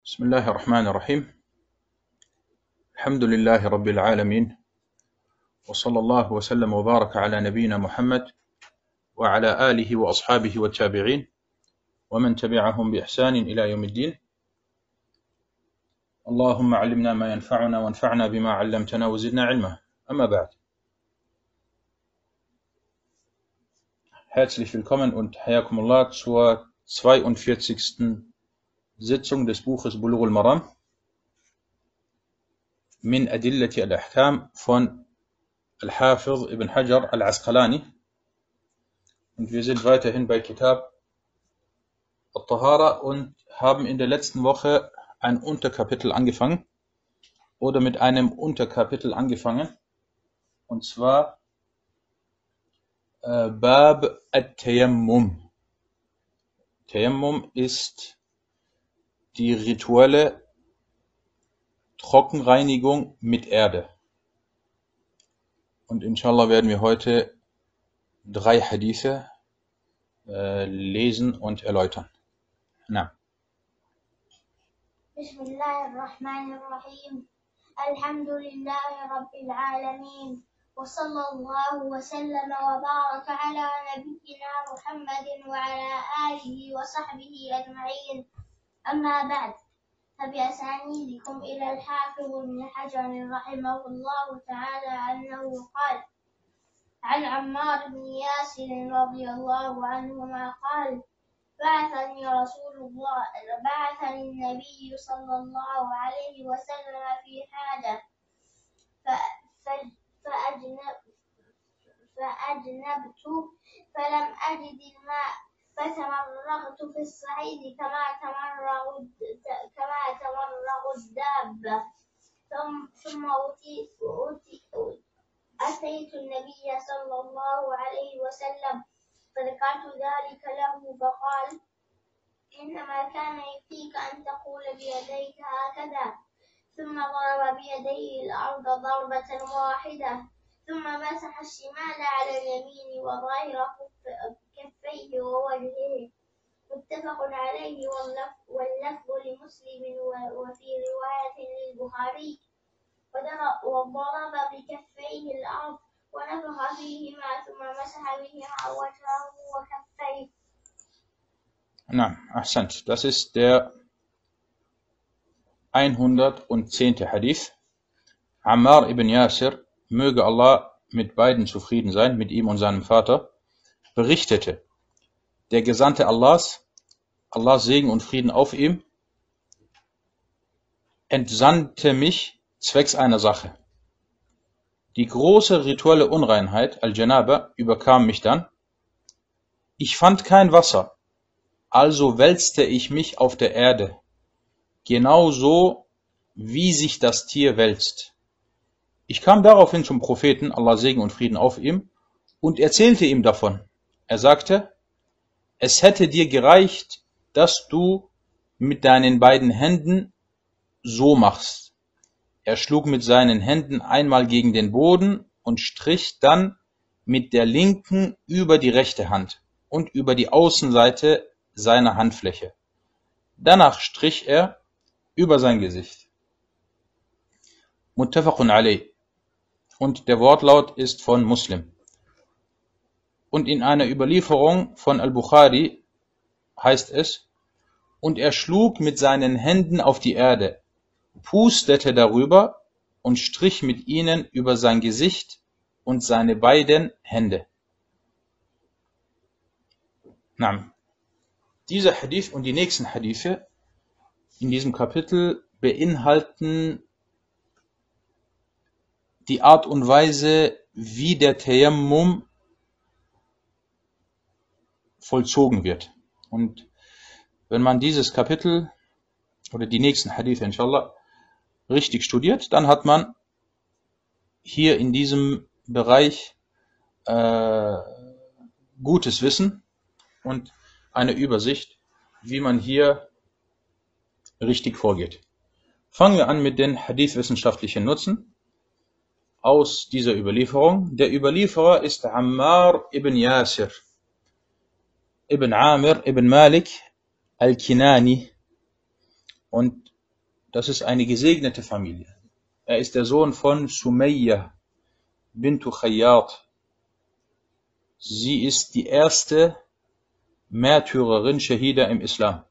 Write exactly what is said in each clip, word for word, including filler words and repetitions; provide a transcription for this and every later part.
بسم الله الرحمن الرحيم. الحمد لله رب العالمين، وصلى الله وسلم وبارك على نبينا محمد وعلى آله وأصحابه والتابعين ومن تبعهم بإحسان إلى يوم الدين. اللهم علمنا ما ينفعنا وانفعنا بما علمتنا وزدنا علما. أما بعد. Herzlich willkommen und Hayakumullah zur zweiundvierzigsten Sitzung des Buches Bulughul Maram min Adillati al-Ahkam von Al-Hafiz ibn Hajar al-Asqalani. Und wir sind weiterhin bei Kitab al-Tahara und haben in der letzten Woche ein Unterkapitel angefangen oder mit einem Unterkapitel angefangen, und zwar äh, Bab al-Tayammum. Tayammum ist die rituelle Trockenreinigung mit Erde. Und inshallah werden wir heute drei Hadithe äh, lesen und erläutern. Na. Bismillahirrahmanirrahim. Alhamdulillahi Rabbil Alamin. Wa sallallahu wa sallama wa baraka ala nabiyyina Muhammadin wa ala alihi wa sahbihi ajma'in. أما بعد، فبأسانيدكم إلى الحافظ ابن حجر رحمه الله تعالى أنه قال عن عمار بن ياسر رضي الله عنهما قال: بعثني رسول الله بعثني النبي صلى الله عليه وسلم في حاجة فأجنب فأجنبت فلم أجد الماء فتمرغت في الصعيد كما تمرغ كما تمرغ الدابة ثم أتيت النبي صلى الله عليه وسلم فذكرت ذلك له فقال: إنما كان يكفيك أن تقول بيديك هكذا. ثم ضرب بيديه الأرض ضربة واحدة ثم مسح الشمال على اليمين وظاهر كفيه ووجهه. متفق عليه واللفظ لمسلم وفي رواية للبخاري: وضرب بكفيه الأرض ونفخ فيهما ثم مسح بهما وجهه وكفيه. Na, ahsant. Das ist der hundertzehnte Hadith. Ammar ibn Yasir, möge Allah mit beiden zufrieden sein, mit ihm und seinem Vater, berichtete: Der Gesandte Allahs, Allahs Segen und Frieden auf ihm, entsandte mich zwecks einer Sache. Die große rituelle Unreinheit, Al-Janaba, überkam mich dann. Ich fand kein Wasser, also wälzte ich mich auf der Erde, genauso wie sich das Tier wälzt. Ich kam daraufhin zum Propheten, Allah Segen und Frieden auf ihm, und erzählte ihm davon. Er sagte: Es hätte dir gereicht, dass du mit deinen beiden Händen so machst. Er schlug mit seinen Händen einmal gegen den Boden und strich dann mit der linken über die rechte Hand und über die Außenseite seiner Handfläche. Danach strich er über sein Gesicht. Muttafaqun alayh. Und der Wortlaut ist von Muslim. Und in einer Überlieferung von Al-Bukhari heißt es: Und er schlug mit seinen Händen auf die Erde, pustete darüber und strich mit ihnen über sein Gesicht und seine beiden Hände. Na, dieser Hadith und die nächsten Hadithe in diesem Kapitel beinhalten die Art und Weise, wie der Tayammum vollzogen wird. Und wenn man dieses Kapitel oder die nächsten Hadithe inshallah richtig studiert, dann hat man hier in diesem Bereich äh, gutes Wissen und eine Übersicht, wie man hier richtig vorgeht. Fangen wir an mit den Hadith-wissenschaftlichen Nutzen aus dieser Überlieferung. Der Überlieferer ist Ammar ibn Yasir ibn Amir ibn Malik al-Kinani, und das ist eine gesegnete Familie. Er ist der Sohn von Sumayya bintu Khayyat. Sie ist die erste Märtyrerin, Shahida im Islam.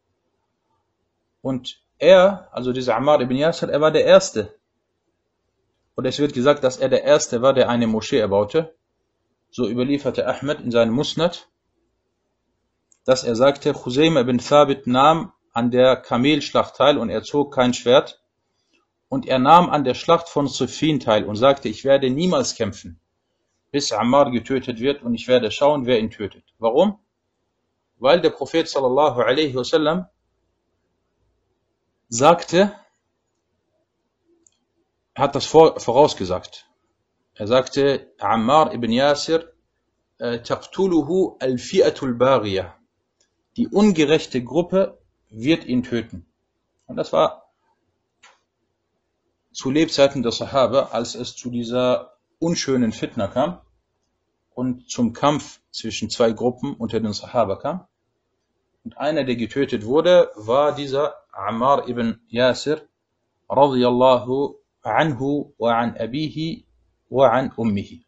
Und er, also dieser Ammar ibn Yasir, er war der Erste. Und es wird gesagt, dass er der Erste war, der eine Moschee erbaute. So überlieferte Ahmed in seinem Musnad, dass er sagte, Khuzayma ibn Thabit nahm an der Kamelschlacht teil und er zog kein Schwert. Und er nahm an der Schlacht von Siffin teil und sagte, ich werde niemals kämpfen, bis Ammar getötet wird und ich werde schauen, wer ihn tötet. Warum? Weil der Prophet sallallahu alaihi wasallam sagte, er hat das vorausgesagt. Er sagte, Ammar ibn Yasir, taqtuluhu al-fi'atul baghiyah. Die ungerechte Gruppe wird ihn töten. Und das war zu Lebzeiten der Sahaba, als es zu dieser unschönen Fitna kam und zum Kampf zwischen zwei Gruppen unter den Sahaba kam. Und einer, der getötet wurde, war dieser Ammar ibn Yasir, radiyallahu anhu wa an abihi wa an ummihi.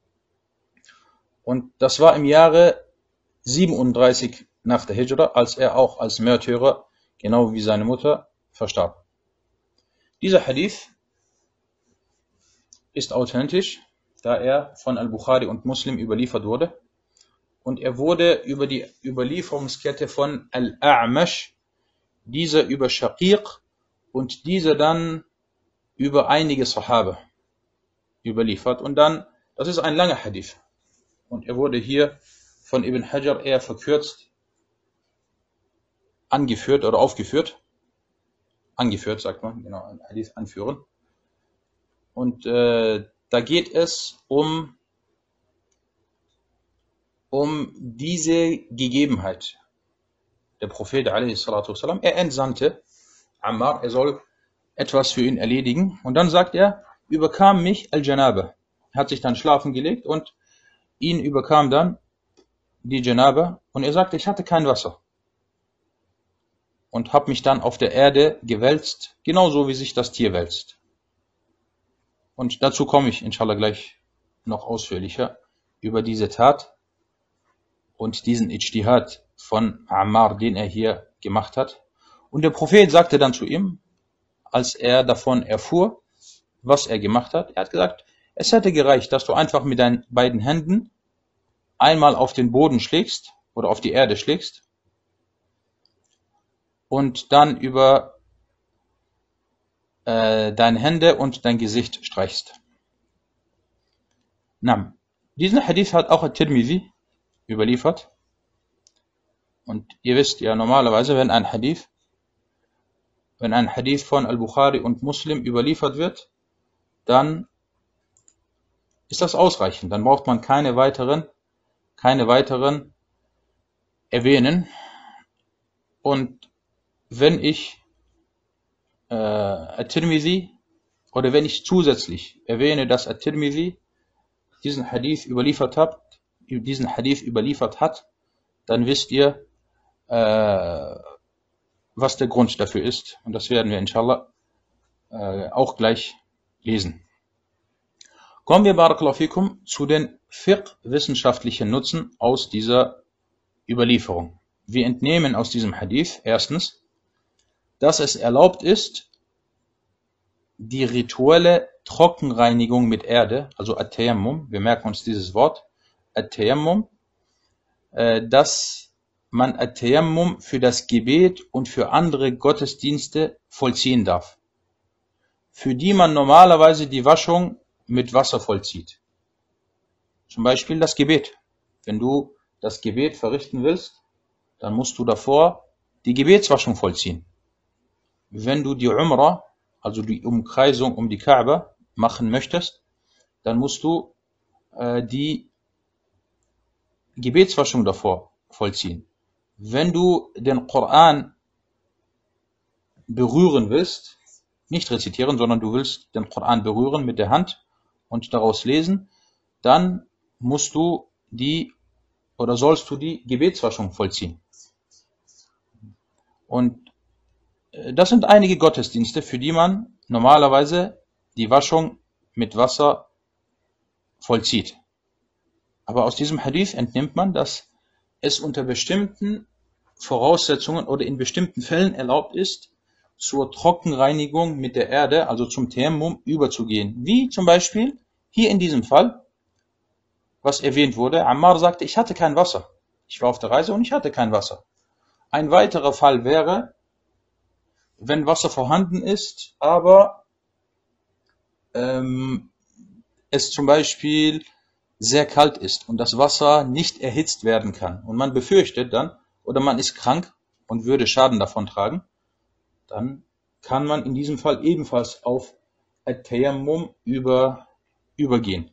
Und das war im Jahre siebenunddreißig nach der Hijra, als er auch als Märtyrer, genau wie seine Mutter, verstarb. Dieser Hadith ist authentisch, da er von Al-Bukhari und Muslim überliefert wurde. Und er wurde über die Überlieferungskette von Al-A'mash, dieser über Shaqiq und dieser dann über einige Sahaba überliefert. Und dann, das ist ein langer Hadith. Und er wurde hier von Ibn Hajar eher verkürzt angeführt oder aufgeführt. Angeführt, sagt man, genau, ein Hadith anführen. Und äh, da geht es um, um diese Gegebenheit. Der Prophet, a s. er entsandte Ammar, er soll etwas für ihn erledigen. Und dann sagt er, überkam mich Al-Janaba. Er hat sich dann schlafen gelegt und ihn überkam dann die Janaba. Und er sagte, ich hatte kein Wasser. Und habe mich dann auf der Erde gewälzt, genauso wie sich das Tier wälzt. Und dazu komme ich, inshallah, gleich noch ausführlicher über diese Tat und diesen Ijtihad von Ammar, den er hier gemacht hat. Und der Prophet sagte dann zu ihm, als er davon erfuhr, was er gemacht hat, er hat gesagt, es hätte gereicht, dass du einfach mit deinen beiden Händen einmal auf den Boden schlägst oder auf die Erde schlägst und dann über äh, deine Hände und dein Gesicht streichst. Na, diesen Hadith hat auch At-Tirmidhi überliefert. Und ihr wisst ja normalerweise, wenn ein Hadith, wenn ein Hadith von Al-Bukhari und Muslim überliefert wird, dann ist das ausreichend. Dann braucht man keine weiteren, keine weiteren erwähnen. Und wenn ich äh, At-Tirmidhi oder wenn ich zusätzlich erwähne, dass At-Tirmidhi diesen Hadith überliefert hat, diesen Hadith überliefert hat, dann wisst ihr, äh, was der Grund dafür ist. Und das werden wir inshallah äh, auch gleich lesen. Kommen wir, barakallahu fikum, zu den fiqh-wissenschaftlichen Nutzen aus dieser Überlieferung. Wir entnehmen aus diesem Hadith erstens, dass es erlaubt ist, die rituelle Trockenreinigung mit Erde, also At-Tayammum, wir merken uns dieses Wort, At-Tayammum, äh, dass man At-Tayammum für das Gebet und für andere Gottesdienste vollziehen darf, für die man normalerweise die Waschung mit Wasser vollzieht. Zum Beispiel das Gebet. Wenn du das Gebet verrichten willst, dann musst du davor die Gebetswaschung vollziehen. Wenn du die Umrah, also die Umkreisung um die Kaaba, machen möchtest, dann musst du äh, die Gebetswaschung davor vollziehen. Wenn du den Koran berühren willst, nicht rezitieren, sondern du willst den Koran berühren mit der Hand und daraus lesen, dann musst du die oder sollst du die Gebetswaschung vollziehen. Und Das sind einige Gottesdienste, für die man normalerweise die Waschung mit Wasser vollzieht. Aber aus diesem Hadith entnimmt man, dass es unter bestimmten Voraussetzungen oder in bestimmten Fällen erlaubt ist, zur Trockenreinigung mit der Erde, also zum Tayammum, überzugehen. Wie zum Beispiel hier in diesem Fall, was erwähnt wurde. Ammar sagte, ich hatte kein Wasser. Ich war auf der Reise und ich hatte kein Wasser. Ein weiterer Fall wäre, wenn Wasser vorhanden ist, aber ähm, es zum Beispiel sehr kalt ist und das Wasser nicht erhitzt werden kann und man befürchtet dann, oder man ist krank und würde Schaden davon tragen, dann kann man in diesem Fall ebenfalls auf At-Tayammum über, übergehen.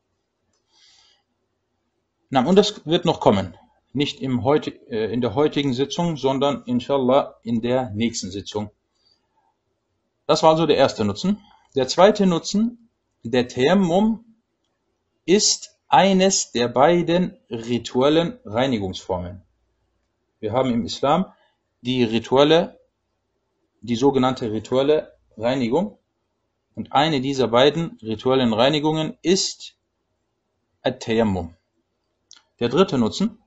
Na, und das wird noch kommen. Nicht im heute, äh, in der heutigen Sitzung, sondern inshallah in der nächsten Sitzung. Das war also der erste Nutzen. Der zweite Nutzen, der Tayammum ist eines der beiden rituellen Reinigungsformen. Wir haben im Islam die rituelle, die sogenannte rituelle Reinigung. Und eine dieser beiden rituellen Reinigungen ist At-Tayammum. Der dritte Nutzen.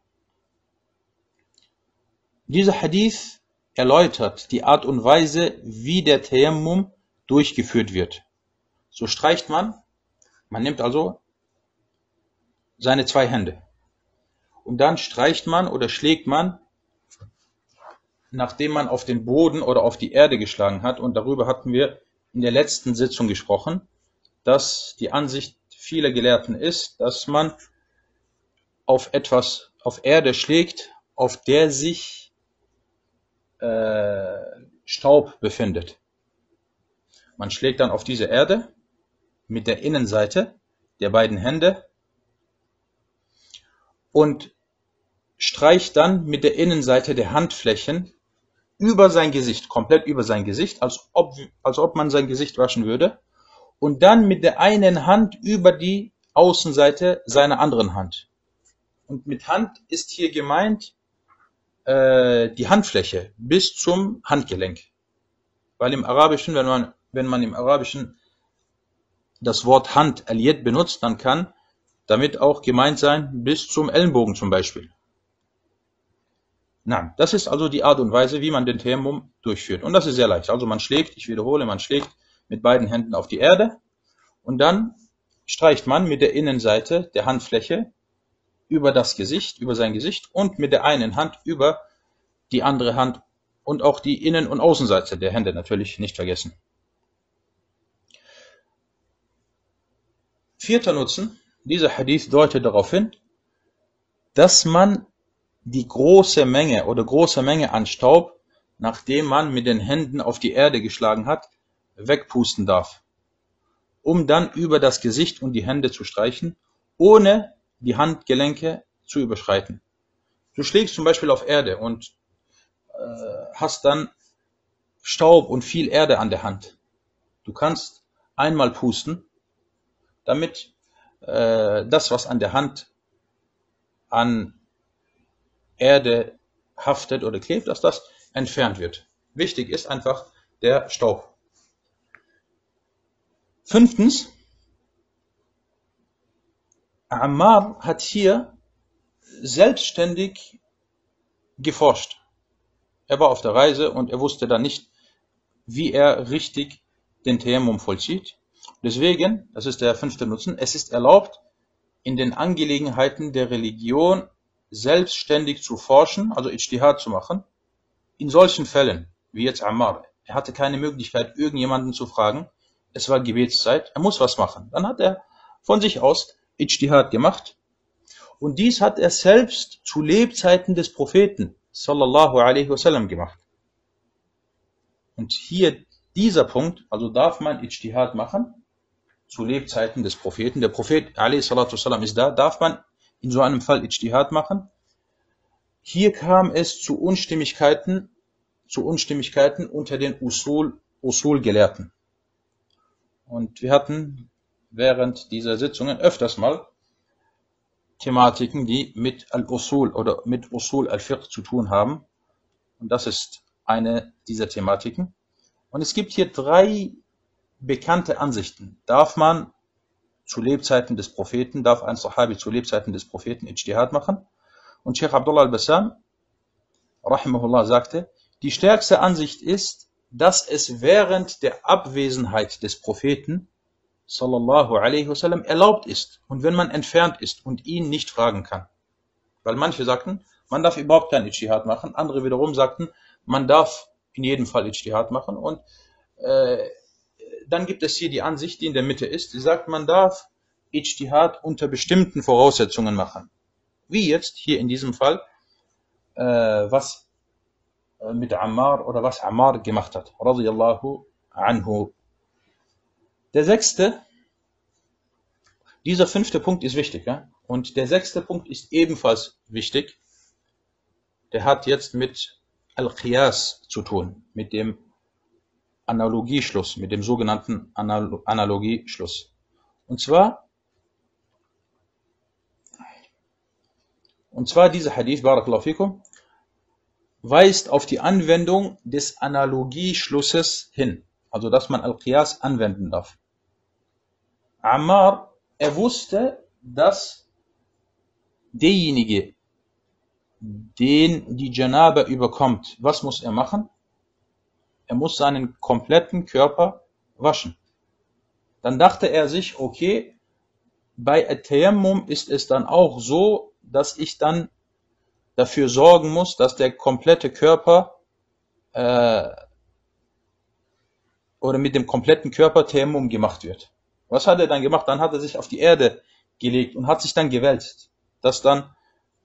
Dieser Hadith erläutert die Art und Weise, wie der Tayammum durchgeführt wird. So streicht man, man nimmt also seine zwei Hände und dann streicht man oder schlägt man, nachdem man auf den Boden oder auf die Erde geschlagen hat, und darüber hatten wir in der letzten Sitzung gesprochen, dass die Ansicht vieler Gelehrten ist, dass man auf etwas, auf Erde schlägt, auf der sich äh, Staub befindet. Man schlägt dann auf diese Erde mit der Innenseite der beiden Hände und streicht dann mit der Innenseite der Handflächen über sein Gesicht, komplett über sein Gesicht, als ob, als ob man sein Gesicht waschen würde, und dann mit der einen Hand über die Außenseite seiner anderen Hand. Und mit Hand ist hier gemeint äh, die Handfläche bis zum Handgelenk. Weil im Arabischen, wenn man, wenn man im Arabischen das Wort Hand al-Yad benutzt, dann kann damit auch gemeint sein bis zum Ellenbogen zum Beispiel. Na, das ist also die Art und Weise, wie man den Tayammum durchführt. Und das ist sehr leicht. Also man schlägt, ich wiederhole, man schlägt mit beiden Händen auf die Erde und dann streicht man mit der Innenseite der Handfläche über das Gesicht, über sein Gesicht und mit der einen Hand über die andere Hand und auch die Innen- und Außenseite der Hände natürlich nicht vergessen. Vierter Nutzen. Dieser Hadith deutet darauf hin, dass man die große Menge oder große Menge an Staub, nachdem man mit den Händen auf die Erde geschlagen hat, wegpusten darf, um dann über das Gesicht und die Hände zu streichen, ohne die Handgelenke zu überschreiten. Du schlägst zum Beispiel auf Erde und äh, hast dann Staub und viel Erde an der Hand. Du kannst einmal pusten, damit äh, das, was an der Hand an Erde haftet oder klebt, dass das entfernt wird. Wichtig ist einfach der Staub. Fünftens, Ammar hat hier selbstständig geforscht. Er war auf der Reise und er wusste dann nicht, wie er richtig den Tayammum vollzieht. Deswegen, das ist der fünfte Nutzen, es ist erlaubt, in den Angelegenheiten der Religion selbstständig zu forschen, also Ijtihad zu machen. In solchen Fällen, wie jetzt Ammar, er hatte keine Möglichkeit, irgendjemanden zu fragen, es war Gebetszeit, er muss was machen. Dann hat er von sich aus Ijtihad gemacht. Und dies hat er selbst zu Lebzeiten des Propheten, sallallahu alaihi wasallam, gemacht. Und hier dieser Punkt, also darf man Ijtihad machen, zu Lebzeiten des Propheten. Der Prophet alaihi salatu wasallam ist da, darf man in so einem Fall Ijtihad machen. Hier kam es zu Unstimmigkeiten, zu Unstimmigkeiten unter den Usul, Usul-Gelehrten. Und wir hatten während dieser Sitzungen öfters mal Thematiken, die mit Al-Usul oder mit Usul al-Fiqh zu tun haben. Und das ist eine dieser Thematiken. Und es gibt hier drei bekannte Ansichten. Darf man zu Lebzeiten des Propheten, darf ein Sahabi zu Lebzeiten des Propheten Ijtihad machen? Und Sheikh Abdullah al-Bassam, rahimahullah, sagte, die stärkste Ansicht ist, dass es während der Abwesenheit des Propheten, sallallahu alaihi wasallam, erlaubt ist. Und wenn man entfernt ist und ihn nicht fragen kann. Weil manche sagten, man darf überhaupt kein Ijtihad machen. Andere wiederum sagten, man darf in jedem Fall Ijtihad machen. Und äh, dann gibt es hier die Ansicht, die in der Mitte ist. Sie sagt, man darf Ijtihad unter bestimmten Voraussetzungen machen. Wie jetzt hier in diesem Fall, äh, was äh, mit Ammar oder was Ammar gemacht hat. Radiyallahu anhu. Der sechste, dieser fünfte Punkt ist wichtig. Ja? Und der sechste Punkt ist ebenfalls wichtig. Der hat jetzt mit Al-Qiyas zu tun, mit dem Analogieschluss, mit dem sogenannten Anal- Analogieschluss. Und zwar, und zwar dieser Hadith, Barakallahu fikum, weist auf die Anwendung des Analogieschlusses hin. Also, dass man Al-Qiyas anwenden darf. Ammar, er wusste, dass derjenige, den die Janaba überkommt, was muss er machen? Er muss seinen kompletten Körper waschen. Dann dachte er sich, okay, bei At-Tayammum ist es dann auch so, dass ich dann dafür sorgen muss, dass der komplette Körper äh, oder mit dem kompletten Körper Tayammum gemacht wird. Was hat er dann gemacht? Dann hat er sich auf die Erde gelegt und hat sich dann gewälzt, dass dann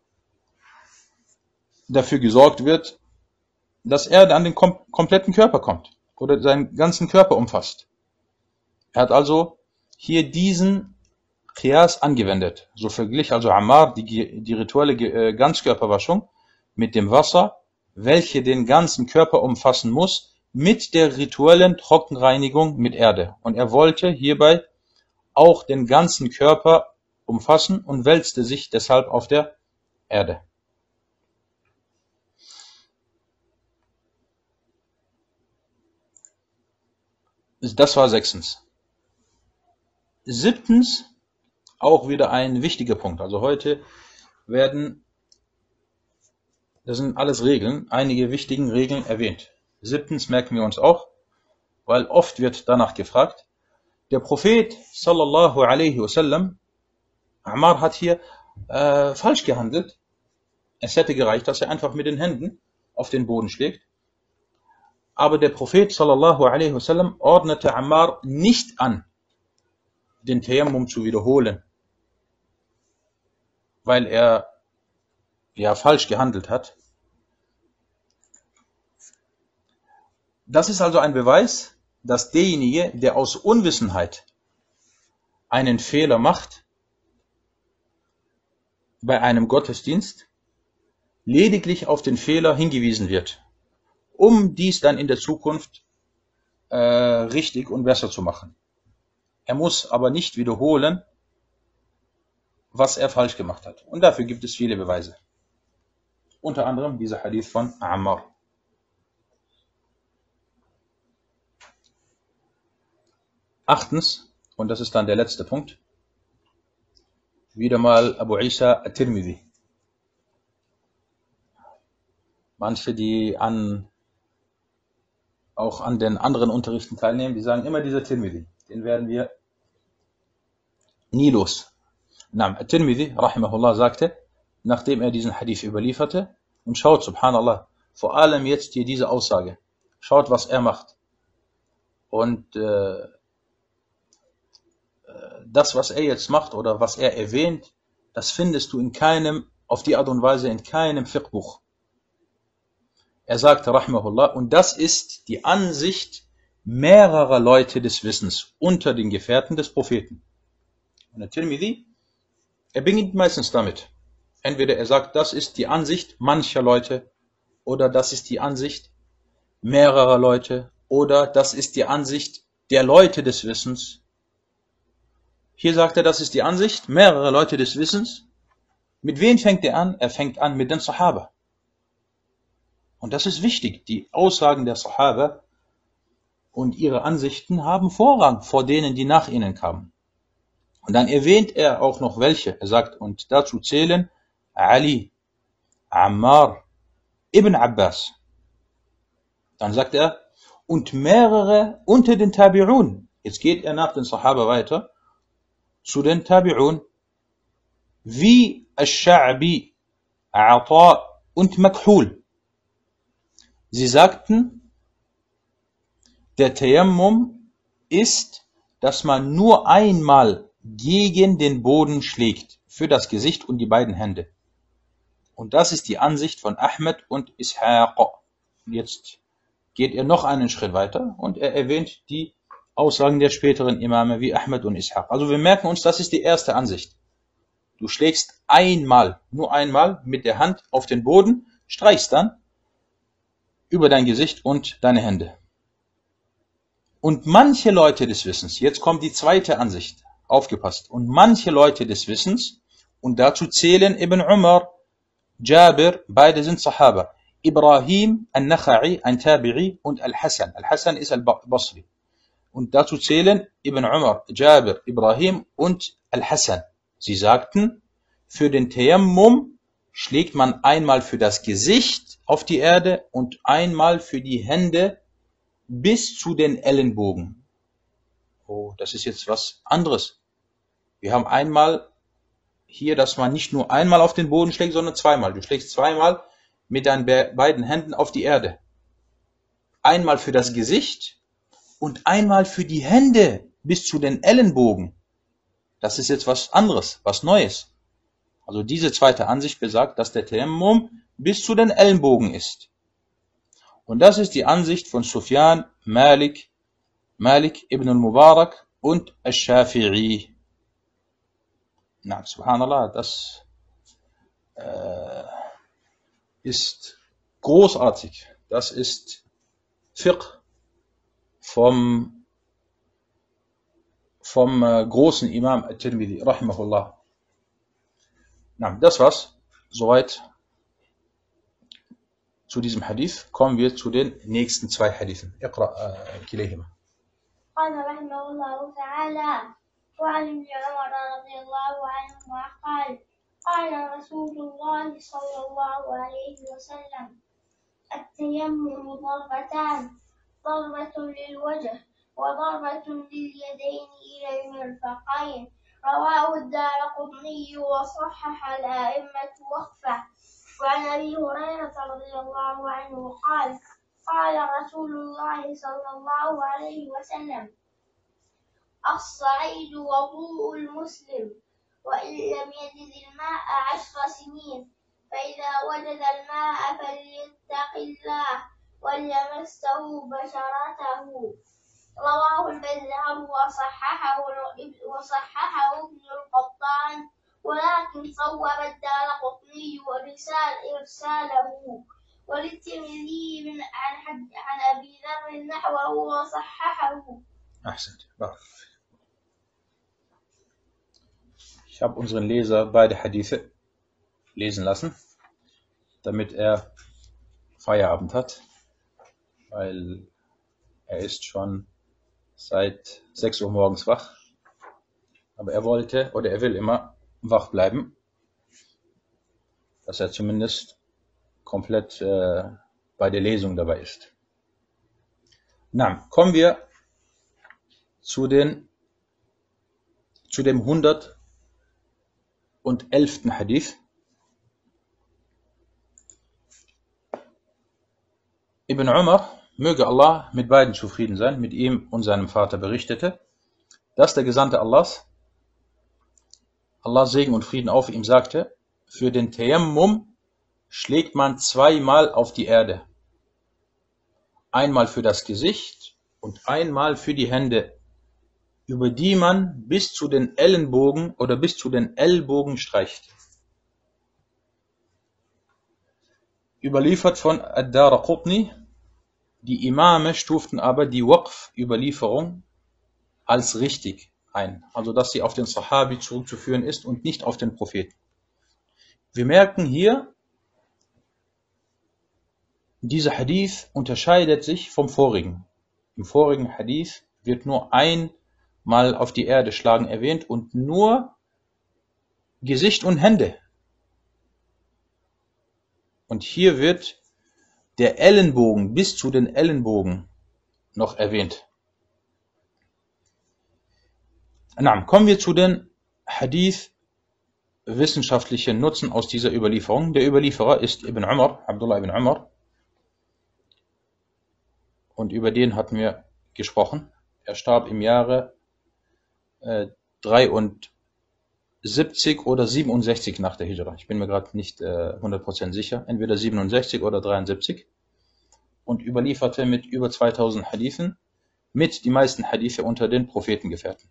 dafür gesorgt wird, dass er an den kom kompletten Körper kommt oder seinen ganzen Körper umfasst. Er hat also hier diesen Qiyas angewendet. So verglich also Ammar die, die rituelle äh, Ganzkörperwaschung mit dem Wasser, welche den ganzen Körper umfassen muss, mit der rituellen Trockenreinigung mit Erde. Und er wollte hierbei auch den ganzen Körper umfassen und wälzte sich deshalb auf der Erde. Das war sechstens. Siebtens, auch wieder ein wichtiger Punkt. Also heute werden, das sind alles Regeln, einige wichtigen Regeln erwähnt. Siebtens merken wir uns auch, weil oft wird danach gefragt. Der Prophet sallallahu alaihi wasallam, Ammar hat hier äh, falsch gehandelt. Es hätte gereicht, dass er einfach mit den Händen auf den Boden schlägt. Aber der Prophet sallallahu alaihi wasallam ordnete Ammar nicht an, den Tayammum zu wiederholen, weil er ja falsch gehandelt hat. Das ist also ein Beweis, dass derjenige, der aus Unwissenheit einen Fehler macht bei einem Gottesdienst, lediglich auf den Fehler hingewiesen wird, um dies dann in der Zukunft äh, richtig und besser zu machen. Er muss aber nicht wiederholen, was er falsch gemacht hat. Und dafür gibt es viele Beweise. Unter anderem dieser Hadith von Ammar. Achtens, und das ist dann der letzte Punkt, wieder mal Abu Isa at-Tirmidhi. Manche, die an, auch an den anderen Unterrichten teilnehmen, die sagen immer dieser Tirmidhi. Den werden wir nie los. Naam, at-Tirmidhi, rahimahullah, sagte, nachdem er diesen Hadith überlieferte, und schaut, subhanallah, vor allem jetzt hier diese Aussage, schaut, was er macht. Und äh, das, was er jetzt macht oder was er erwähnt, das findest du in keinem, auf die Art und Weise in keinem Fiqh-Buch. Er sagte, rahimahullah, und das ist die Ansicht mehrerer Leute des Wissens unter den Gefährten des Propheten. Und der Tirmidhi, er beginnt meistens damit. Entweder er sagt, das ist die Ansicht mancher Leute, oder das ist die Ansicht mehrerer Leute, oder das ist die Ansicht der Leute des Wissens. Hier sagt er, das ist die Ansicht mehrerer Leute des Wissens. Mit wem fängt er an? Er fängt an mit den Sahaba. Und das ist wichtig. Die Aussagen der Sahaba und ihre Ansichten haben Vorrang vor denen, die nach ihnen kamen. Und dann erwähnt er auch noch welche. Er sagt, und dazu zählen Ali, Ammar, Ibn Abbas. Dann sagt er, und mehrere unter den Tabi'un. Jetzt geht er nach den Sahaba weiter zu den Tabi'un, wie Ash-Sha'bi, Ata und Makhul. Sie sagten, der Tayammum ist, dass man nur einmal gegen den Boden schlägt, für das Gesicht und die beiden Hände. Und das ist die Ansicht von Ahmed und Ishaq. Jetzt geht er noch einen Schritt weiter und er erwähnt die Aussagen der späteren Imame wie Ahmed und Ishaq. Also wir merken uns, das ist die erste Ansicht. Du schlägst einmal, nur einmal mit der Hand auf den Boden, streichst dann über dein Gesicht und deine Hände. Und manche Leute des Wissens, jetzt kommt die zweite Ansicht, aufgepasst, und manche Leute des Wissens, und dazu zählen Ibn Umar, Jabir, beide sind Sahaba, Ibrahim al-Nakha'i, ein Tabi'i, und Al-Hassan. Al-Hassan ist Al-Basri. Und dazu zählen Ibn Umar, Jabir, Ibrahim und Al-Hassan. Sie sagten, für den Tayammum schlägt man einmal für das Gesicht auf die Erde und einmal für die Hände bis zu den Ellenbogen. Oh, das ist jetzt was anderes. Wir haben einmal hier, dass man nicht nur einmal auf den Boden schlägt, sondern zweimal. Du schlägst zweimal mit deinen be beiden Händen auf die Erde. Einmal für das Gesicht und einmal für die Hände bis zu den Ellenbogen. Das ist jetzt was anderes, was Neues. Also diese zweite Ansicht besagt, dass der Tayammum bis zu den Ellenbogen ist. Und das ist die Ansicht von Sufyan, Malik, Malik ibn al-Mubarak und al-Shafi'i. Na, subhanallah, das äh, ist großartig. Das ist Fiqh vom, vom äh, großen Imam al-Tirmidhi, rahimahullah. Na, das war's. Soweit zu diesem Hadith. Kommen wir zu den nächsten zwei Hadithen. Iqra kilayhima. قال رحمه الله تعالى وعن ابن عمر رضي الله عنهما قال قال رسول الله صلى الله عليه وسلم التيمم ضربتان ضربة للوجه وضربة لليدين إلى المرفقين رواه الدارقطني وصحح الأئمة وقفه. وعن أبي هريرة رضي الله عنه قال قال رسول الله صلى الله عليه وسلم الصعيد وضوء المسلم وإن لم يجد الماء عشر سنين فإذا وجد الماء فليتق الله وليمسه بشرته. رواه البزار وصححه وصححه ابن القطان ولكن صوب الدارقطني ورسال إرساله وللترمذي من عن عن أبي ذر نحوه وصححه. Ahsant. Ich habe unseren Leser beide Hadithe lesen lassen, damit er Feierabend hat, weil er ist schon seit sechs Uhr morgens wach, aber er wollte oder er will immer wach bleiben, dass er zumindest komplett äh, bei der Lesung dabei ist. Na, kommen wir zu den zu dem hundertelften Hadith. Ibn Umar, möge Allah mit beiden zufrieden sein, mit ihm und seinem Vater, berichtete, dass der Gesandte Allahs, Allah Segen und Frieden auf ihm, sagte, für den Tayammum schlägt man zweimal auf die Erde. Einmal für das Gesicht und einmal für die Hände, über die man bis zu den Ellenbogen oder bis zu den Ellbogen streicht. Überliefert von Ad-Daraqutni, die Imame stuften aber die Waqf-Überlieferung als richtig ein, also dass sie auf den Sahabi zurückzuführen ist und nicht auf den Propheten. Wir merken hier, dieser Hadith unterscheidet sich vom vorigen. Im vorigen Hadith wird nur einmal auf die Erde schlagen erwähnt und nur Gesicht und Hände. Und hier wird der Ellenbogen bis zu den Ellenbogen noch erwähnt. Na, kommen wir zu den Hadith wissenschaftlichen Nutzen aus dieser Überlieferung. Der Überlieferer ist Ibn Umar, Abdullah ibn Umar. Und über den hatten wir gesprochen. Er starb im Jahre äh, dreiundsiebzig oder siebenundsechzig nach der Hijra. Ich bin mir gerade nicht äh, hundert Prozent sicher. Entweder siebenundsechzig oder dreiundsiebzig. Und überlieferte mit über zweitausend Hadithen, mit die meisten Hadithe unter den Prophetengefährten.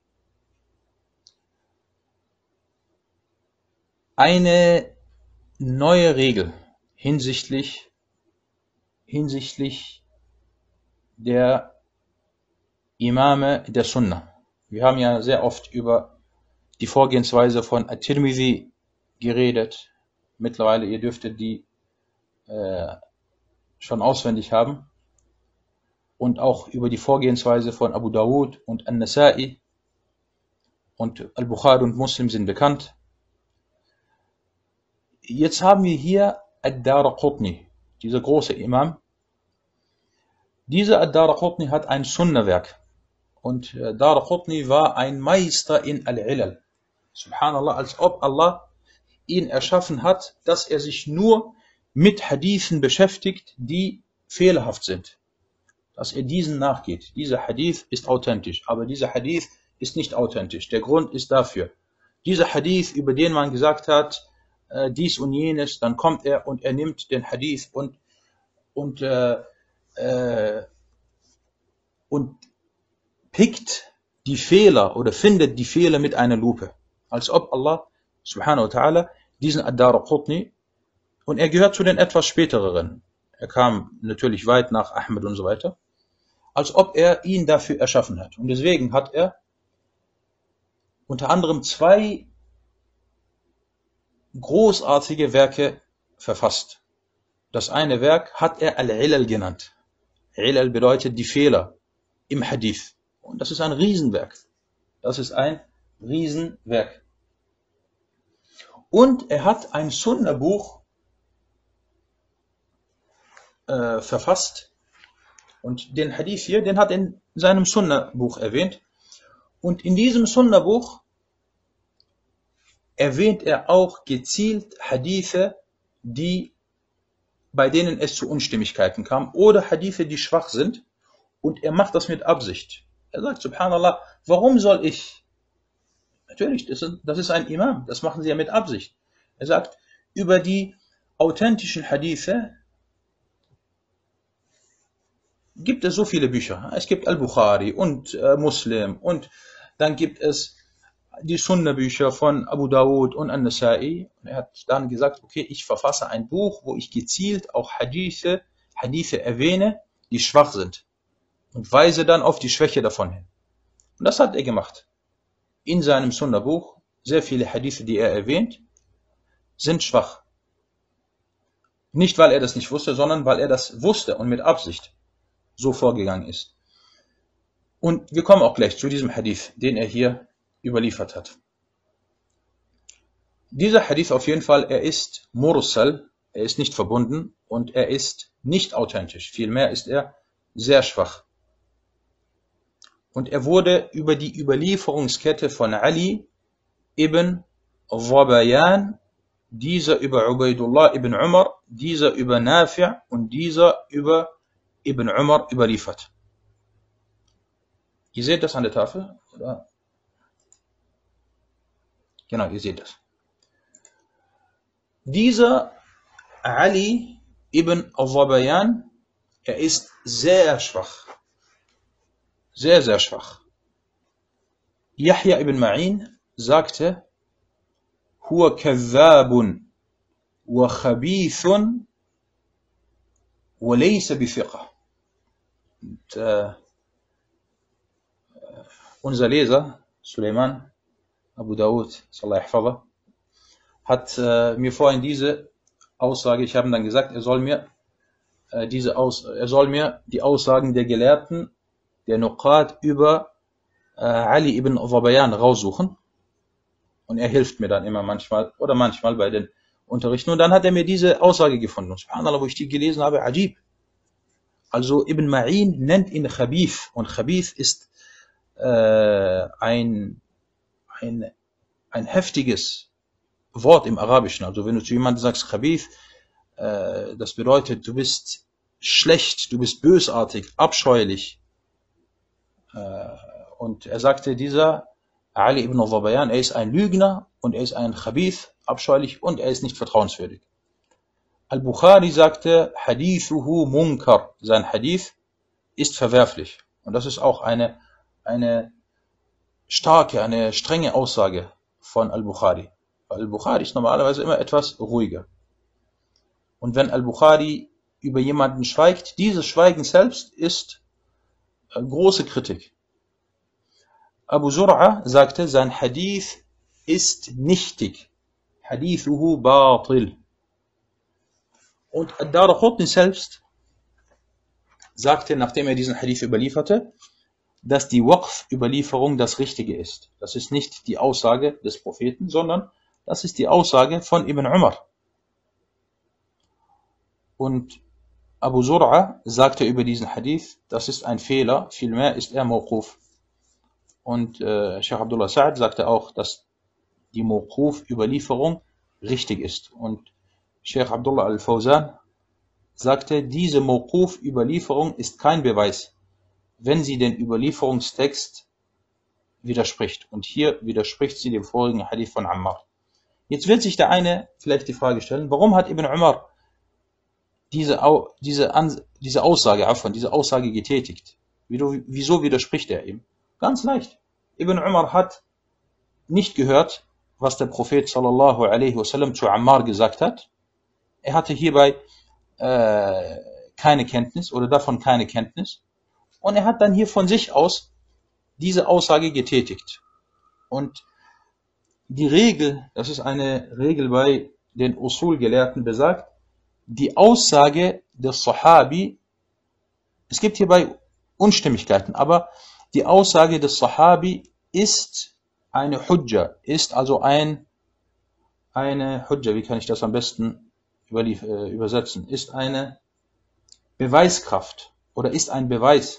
Eine neue Regel hinsichtlich, hinsichtlich der Imame der Sunna. Wir haben ja sehr oft über die Vorgehensweise von At-Tirmidhi geredet. Mittlerweile, ihr dürftet die äh, schon auswendig haben. Und auch über die Vorgehensweise von Abu Dawud und An-Nasa'i und Al-Bukhari und Muslim sind bekannt. Jetzt haben wir hier Ad-Daraqutni, dieser große Imam. Dieser Ad-Daraqutni hat ein Sunna-Werk. Und äh, Daraqutni war ein Meister in Al-Ilal. Subhanallah, als ob Allah ihn erschaffen hat, dass er sich nur mit Hadithen beschäftigt, die fehlerhaft sind. Dass er diesen nachgeht. Dieser Hadith ist authentisch, aber dieser Hadith ist nicht authentisch. Der Grund ist dafür. Dieser Hadith, über den man gesagt hat, äh, dies und jenes, dann kommt er und er nimmt den Hadith und, und, äh, äh, und pickt die Fehler oder findet die Fehler mit einer Lupe. Als ob Allah subhanahu wa ta'ala diesen Ad-Daraqutni, und er gehört zu den etwas späteren, er kam natürlich weit nach Ahmed und so weiter, als ob er ihn dafür erschaffen hat. Und deswegen hat er unter anderem zwei großartige Werke verfasst. Das eine Werk hat er Al-Ilal genannt. Ilal bedeutet die Fehler im Hadith. Und das ist ein Riesenwerk. Das ist ein Riesenwerk. Und er hat ein Sunna-Buch äh, verfasst. Und den Hadith hier, den hat er in seinem Sunna-Buch erwähnt. Und in diesem Sunna-Buch erwähnt er auch gezielt Hadithe, die, bei denen es zu Unstimmigkeiten kam, oder Hadithe, die schwach sind. Und er macht das mit Absicht. Er sagt, subhanallah, warum soll ich? Natürlich, das ist, das ist ein Imam, das machen sie ja mit Absicht. Er sagt, über die authentischen Hadithe gibt es so viele Bücher. Es gibt Al-Bukhari und äh, Muslim und dann gibt es die Sunna-Bücher von Abu Dawud und An-Nasa'i. Er hat dann gesagt, okay, ich verfasse ein Buch, wo ich gezielt auch Hadithe, Hadithe erwähne, die schwach sind. Und weise dann auf die Schwäche davon hin. Und das hat er gemacht. In seinem Sunna-Buch, sehr viele Hadithe, die er erwähnt, sind schwach. Nicht, weil er das nicht wusste, sondern weil er das wusste und mit Absicht so vorgegangen ist. Und wir kommen auch gleich zu diesem Hadith, den er hier überliefert hat. Dieser Hadith auf jeden Fall, er ist mursal, er ist nicht verbunden und er ist nicht authentisch. Vielmehr ist er sehr schwach. Und er wurde über die Überlieferungskette von Ali ibn Zabayan, dieser über Ubaidullah ibn Umar, dieser über Nafi' und dieser über Ibn Umar überliefert. Ihr seht das an der Tafel? Oder? Genau, ihr seht das. Dieser Ali ibn Zabayan, er ist sehr schwach. Sehr, sehr schwach. Yahya ibn Ma'in sagte, Huwa kadhabun wa khabithun wa laysa bithiqa. Und, äh, unser Leser, Suleiman Abu Dawud, sallallahu alaihi wasallam, hat äh, mir vorhin diese Aussage, ich habe ihm dann gesagt, er soll mir äh, diese Aus er soll mir die Aussagen der Gelehrten, der Nuqat über äh, Ali ibn Zabayan raussuchen. Und er hilft mir dann immer manchmal oder manchmal bei den Unterrichten. Und dann hat er mir diese Aussage gefunden. Und subhanallah, wo ich die gelesen habe, ajib. Also Ibn Ma'in nennt ihn Khabith. Und Khabith ist äh, ein, ein, ein heftiges Wort im Arabischen. Also wenn du zu jemandem sagst Khabith, äh, das bedeutet, du bist schlecht, du bist bösartig, abscheulich. Äh, und er sagte, dieser Ali ibn Zabayan, er ist ein Lügner und er ist ein Khabith, abscheulich und er ist nicht vertrauenswürdig. Al-Bukhari sagte, Hadithuhu munkar, sein Hadith ist verwerflich. Und das ist auch eine, eine starke, eine strenge Aussage von Al-Bukhari. Weil Al-Bukhari ist normalerweise immer etwas ruhiger. Und wenn Al-Bukhari über jemanden schweigt, dieses Schweigen selbst ist große Kritik. Abu Zur'a sagte, sein Hadith ist nichtig. Hadithuhu batil. Und Ad-Daraqutni selbst sagte, nachdem er diesen Hadith überlieferte, dass die Waqf-Überlieferung das Richtige ist. Das ist nicht die Aussage des Propheten, sondern das ist die Aussage von Ibn Umar. Und Abu Zur'a sagte über diesen Hadith, das ist ein Fehler, vielmehr ist er Mawquf. Und äh, Sheikh Abdullah Sa'd sagte auch, dass die Mawquf-Überlieferung richtig ist. Und Sheikh Abdullah al-Fawzan sagte, diese Mawquf-Überlieferung ist kein Beweis, wenn sie den Überlieferungstext widerspricht. Und hier widerspricht sie dem vorigen Hadith von Ammar. Jetzt wird sich der eine vielleicht die Frage stellen, warum hat Ibn Umar diese, diese, diese Aussage, von diese Aussage getätigt? Wieso widerspricht er ihm? Ganz leicht. Ibn Umar hat nicht gehört, was der Prophet sallallahu alaihi wasallam zu Ammar gesagt hat. Er hatte hierbei äh, keine Kenntnis oder davon keine Kenntnis. Und er hat dann hier von sich aus diese Aussage getätigt. Und die Regel, das ist eine Regel bei den Usul-Gelehrten, besagt, die Aussage des Sahabi, es gibt hierbei Unstimmigkeiten, aber die Aussage des Sahabi ist eine Hujja, ist also ein, eine Hujja, wie kann ich das am besten übersetzen, ist eine Beweiskraft oder ist ein Beweis.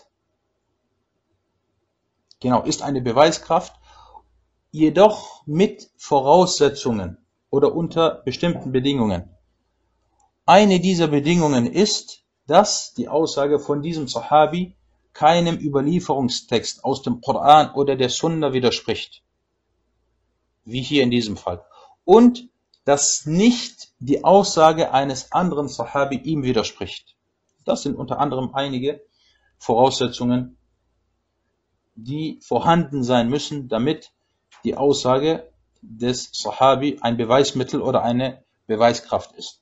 Genau, ist eine Beweiskraft, jedoch mit Voraussetzungen oder unter bestimmten Bedingungen. Eine dieser Bedingungen ist, dass die Aussage von diesem Sahabi keinem Überlieferungstext aus dem Koran oder der Sunna widerspricht. Wie hier in diesem Fall. Und dass nicht die Aussage eines anderen Sahabi ihm widerspricht. Das sind unter anderem einige Voraussetzungen, die vorhanden sein müssen, damit die Aussage des Sahabi ein Beweismittel oder eine Beweiskraft ist.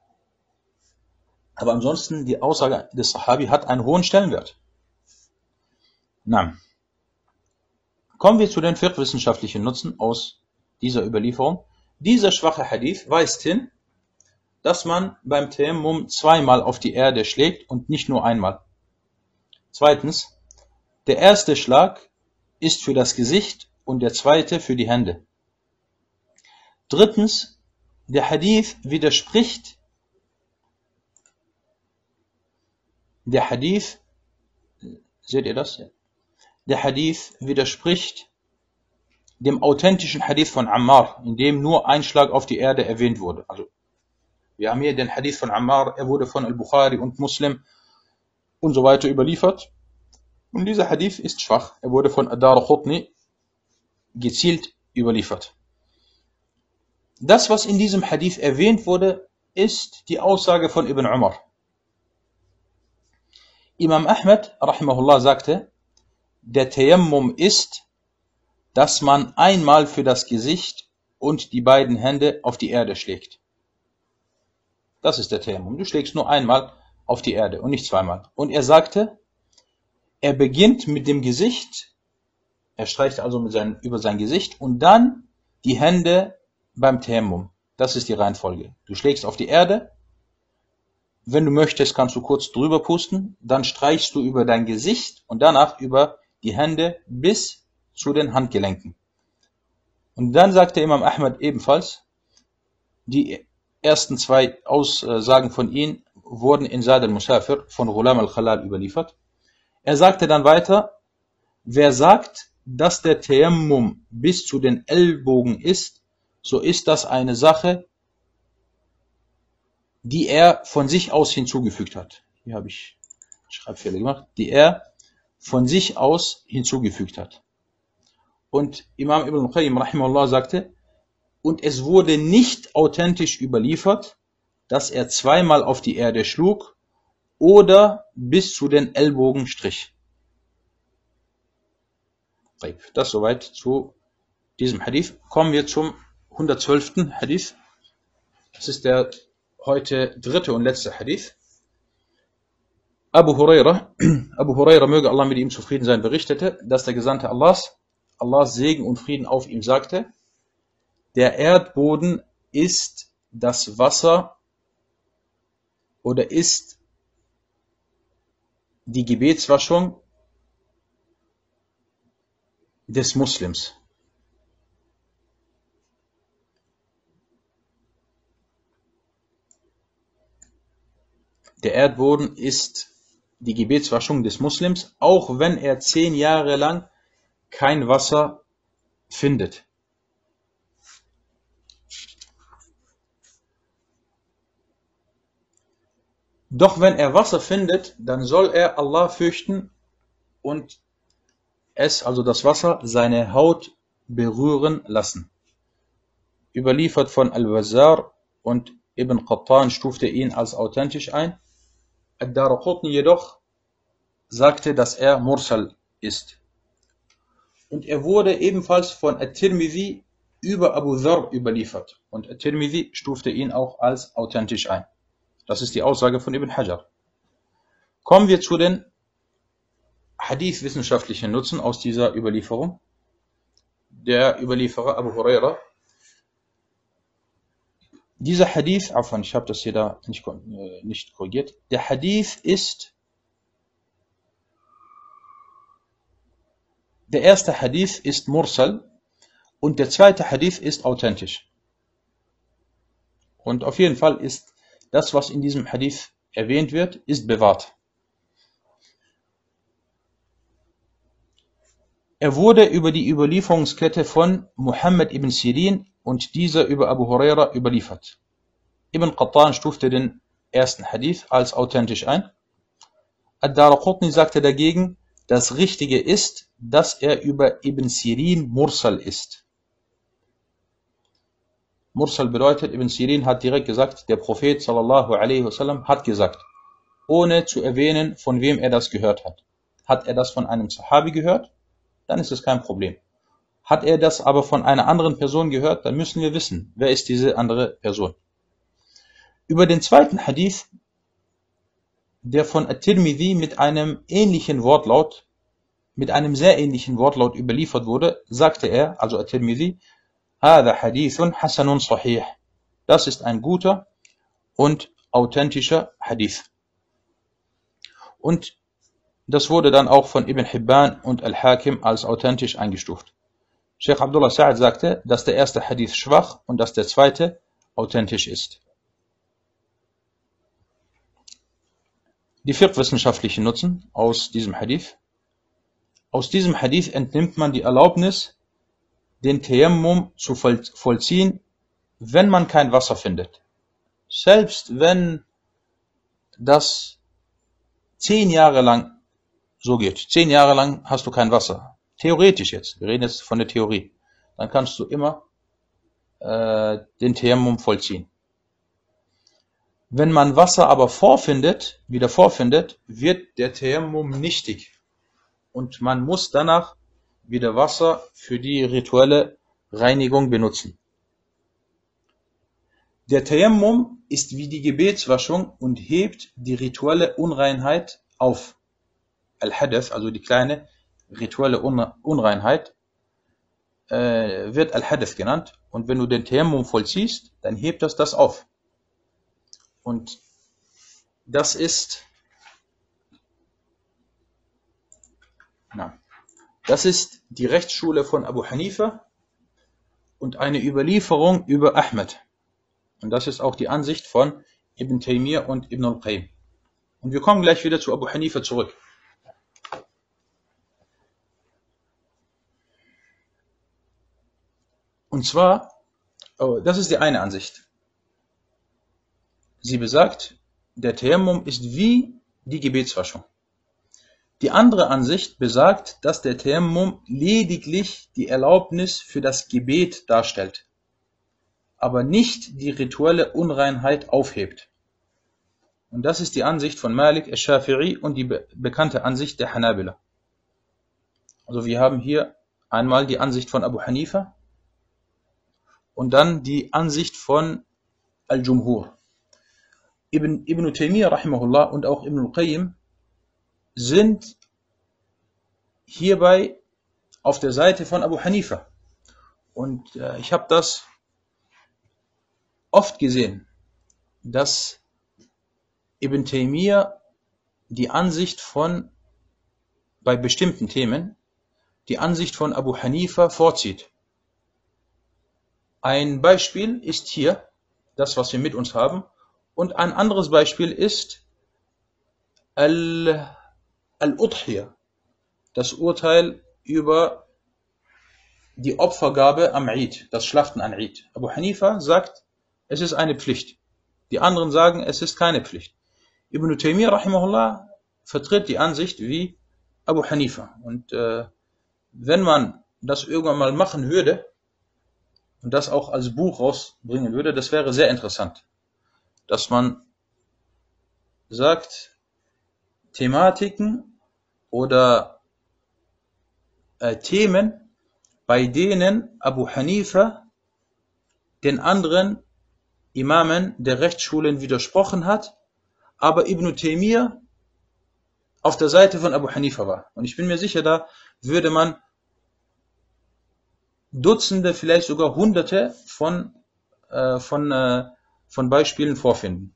Aber ansonsten, die Aussage des Sahabi hat einen hohen Stellenwert. Na, kommen wir zu den fiqh-wissenschaftlichen Nutzen aus dieser Überlieferung. Dieser schwache Hadith weist hin, dass man beim Tayammum zweimal auf die Erde schlägt und nicht nur einmal. Zweitens, der erste Schlag ist für das Gesicht und der zweite für die Hände. Drittens, der Hadith widerspricht der Hadith, seht ihr das? Der Hadith widerspricht dem authentischen Hadith von Ammar, in dem nur ein Schlag auf die Erde erwähnt wurde. Also, wir haben hier den Hadith von Ammar, er wurde von Al-Bukhari und Muslim und so weiter überliefert. Und dieser Hadith ist schwach. Er wurde von Ad-Daraqutni gezielt überliefert. Das, was in diesem Hadith erwähnt wurde, ist die Aussage von Ibn Umar. Imam Ahmed, rahimahullah, sagte, der Tayammum ist, dass man einmal für das Gesicht und die beiden Hände auf die Erde schlägt. Das ist der Tayammum. Du schlägst nur einmal auf die Erde und nicht zweimal. Und er sagte, er beginnt mit dem Gesicht, er streicht also mit sein, über sein Gesicht und dann die Hände beim Tayammum. Das ist die Reihenfolge. Du schlägst auf die Erde, wenn du möchtest, kannst du kurz drüber pusten, dann streichst du über dein Gesicht und danach über die Hände bis zu den Handgelenken. Und dann sagte Imam Ahmad ebenfalls, die ersten zwei Aussagen von ihm wurden in Zad al-Musafir von Ghulam al-Khalal überliefert. Er sagte dann weiter, wer sagt, dass der Tayammum bis zu den Ellbogen ist, so ist das eine Sache, die er von sich aus hinzugefügt hat. Hier habe ich Schreibfehler gemacht, die er von sich aus hinzugefügt hat. Und Imam Ibn Qayyim rahimahullah sagte, und es wurde nicht authentisch überliefert, dass er zweimal auf die Erde schlug oder bis zu den Ellbogen strich. Das soweit zu diesem Hadith. Kommen wir zum hundertzwölften Hadith. Das ist der heute dritte und letzte Hadith. Abu Huraira, Abu Huraira, möge Allah mit ihm zufrieden sein, berichtete, dass der Gesandte Allahs, Allahs Segen und Frieden auf ihm sagte, der Erdboden ist das Wasser oder ist die Gebetswaschung des Muslims. Der Erdboden ist die Gebetswaschung des Muslims, auch wenn er zehn Jahre lang kein Wasser findet. Doch wenn er Wasser findet, dann soll er Allah fürchten und es, also das Wasser, seine Haut berühren lassen. Überliefert von Al-Bazzar und Ibn Qattan stufte ihn als authentisch ein. Ad-Daraqutni jedoch sagte, dass er Mursal ist. Und er wurde ebenfalls von At-Tirmidhi über Abu Dharr überliefert. Und At-Tirmidhi stufte ihn auch als authentisch ein. Das ist die Aussage von Ibn Hajar. Kommen wir zu den Hadith-wissenschaftlichen Nutzen aus dieser Überlieferung. Der Überlieferer Abu Huraira. Dieser Hadith, afwan, ich habe das hier da nicht, äh, nicht korrigiert. Der Hadith ist, der erste Hadith ist Mursal und der zweite Hadith ist authentisch. Und auf jeden Fall ist das, was in diesem Hadith erwähnt wird, ist bewahrt. Er wurde über die Überlieferungskette von Muhammad ibn Sirin und dieser über Abu Huraira überliefert. Ibn Qattan stufte den ersten Hadith als authentisch ein. Ad-Daraqutni sagte dagegen, das Richtige ist, dass er über Ibn Sirin Mursal ist. Mursal bedeutet, Ibn Sirin hat direkt gesagt, der Prophet sallallahu alaihi wasallam hat gesagt, ohne zu erwähnen, von wem er das gehört hat. Hat er das von einem Sahabi gehört? Dann ist es kein Problem. Hat er das aber von einer anderen Person gehört, dann müssen wir wissen, wer ist diese andere Person. Über den zweiten Hadith, der von At-Tirmidhi mit einem ähnlichen Wortlaut, mit einem sehr ähnlichen Wortlaut überliefert wurde, sagte er, also At-Tirmidhi, هذا حديث حسن صحيح. Das ist ein guter und authentischer Hadith. Und das wurde dann auch von Ibn Hibban und Al-Hakim als authentisch eingestuft. Sheikh Abdullah Sa'ad sagte, dass der erste Hadith schwach und dass der zweite authentisch ist. Die fiqh-wissenschaftlichen Nutzen aus diesem Hadith. Aus diesem Hadith entnimmt man die Erlaubnis, den Tayammum zu vollziehen, wenn man kein Wasser findet. Selbst wenn das zehn Jahre lang so geht. Zehn Jahre lang hast du kein Wasser. Theoretisch jetzt. Wir reden jetzt von der Theorie. Dann kannst du immer äh, den Tayammum vollziehen. Wenn man Wasser aber vorfindet, wieder vorfindet, wird der Tayammum nichtig. Und man muss danach wieder Wasser für die rituelle Reinigung benutzen. Der Tayammum ist wie die Gebetswaschung und hebt die rituelle Unreinheit auf. Al-Hadath, also die kleine rituelle Unreinheit, äh, wird Al-Hadath genannt. Und wenn du den Tayammum vollziehst, dann hebt das das auf. Und das ist, na, das ist die Rechtsschule von Abu Hanifa und eine Überlieferung über Ahmed. Und das ist auch die Ansicht von Ibn Taymiyyah und Ibn al-Qayyim. Und wir kommen gleich wieder zu Abu Hanifa zurück. Und zwar, oh, das ist die eine Ansicht. Sie besagt, der Tayammum ist wie die Gebetswaschung. Die andere Ansicht besagt, dass der Tayammum lediglich die Erlaubnis für das Gebet darstellt, aber nicht die rituelle Unreinheit aufhebt. Und das ist die Ansicht von Malik al-Shafi'i und die be bekannte Ansicht der Hanabila. Also wir haben hier einmal die Ansicht von Abu Hanifa und dann die Ansicht von Al-Jumhur. Ibn, Ibn Taymiyyah rahimahullah und auch Ibn al-Qayyim sind hierbei auf der Seite von Abu Hanifa. Und äh, ich habe das oft gesehen, dass Ibn Taymiyyah die Ansicht von, bei bestimmten Themen, die Ansicht von Abu Hanifa vorzieht. Ein Beispiel ist hier, das was wir mit uns haben, und ein anderes Beispiel ist Al-Udhiyah, das Urteil über die Opfergabe am Eid, das Schlachten an Eid. Abu Hanifa sagt, es ist eine Pflicht. Die anderen sagen, es ist keine Pflicht. Ibn Taymiyyah rahimahullah vertritt die Ansicht wie Abu Hanifa. Und äh, wenn man das irgendwann mal machen würde und das auch als Buch rausbringen würde, das wäre sehr interessant. Dass man sagt, Thematiken oder äh, Themen, bei denen Abu Hanifa den anderen Imamen der Rechtsschulen widersprochen hat, aber Ibn Taymiyyah auf der Seite von Abu Hanifa war. Und ich bin mir sicher, da würde man Dutzende, vielleicht sogar Hunderte von, äh, von, äh, von Beispielen vorfinden.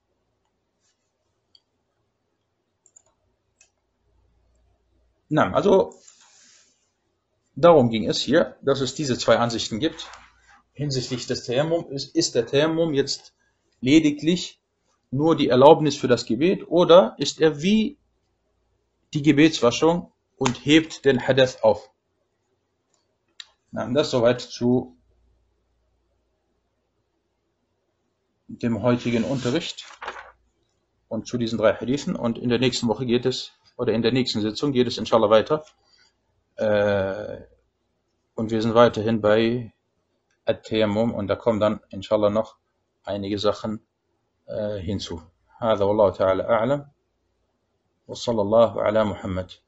Na, also darum ging es hier, dass es diese zwei Ansichten gibt. Hinsichtlich des Tayammum ist, ist der Tayammum jetzt lediglich nur die Erlaubnis für das Gebet oder ist er wie die Gebetswaschung und hebt den Hadath auf? Na, das soweit zu dem heutigen Unterricht und zu diesen drei Hadithen. Und in der nächsten Woche geht es, oder in der nächsten Sitzung geht es inshallah weiter. Äh, und wir sind weiterhin bei At-Tayammum und da kommen dann inshallah noch einige Sachen äh, hinzu. هذا والله تعالى أعلم وصلى الله على محمد.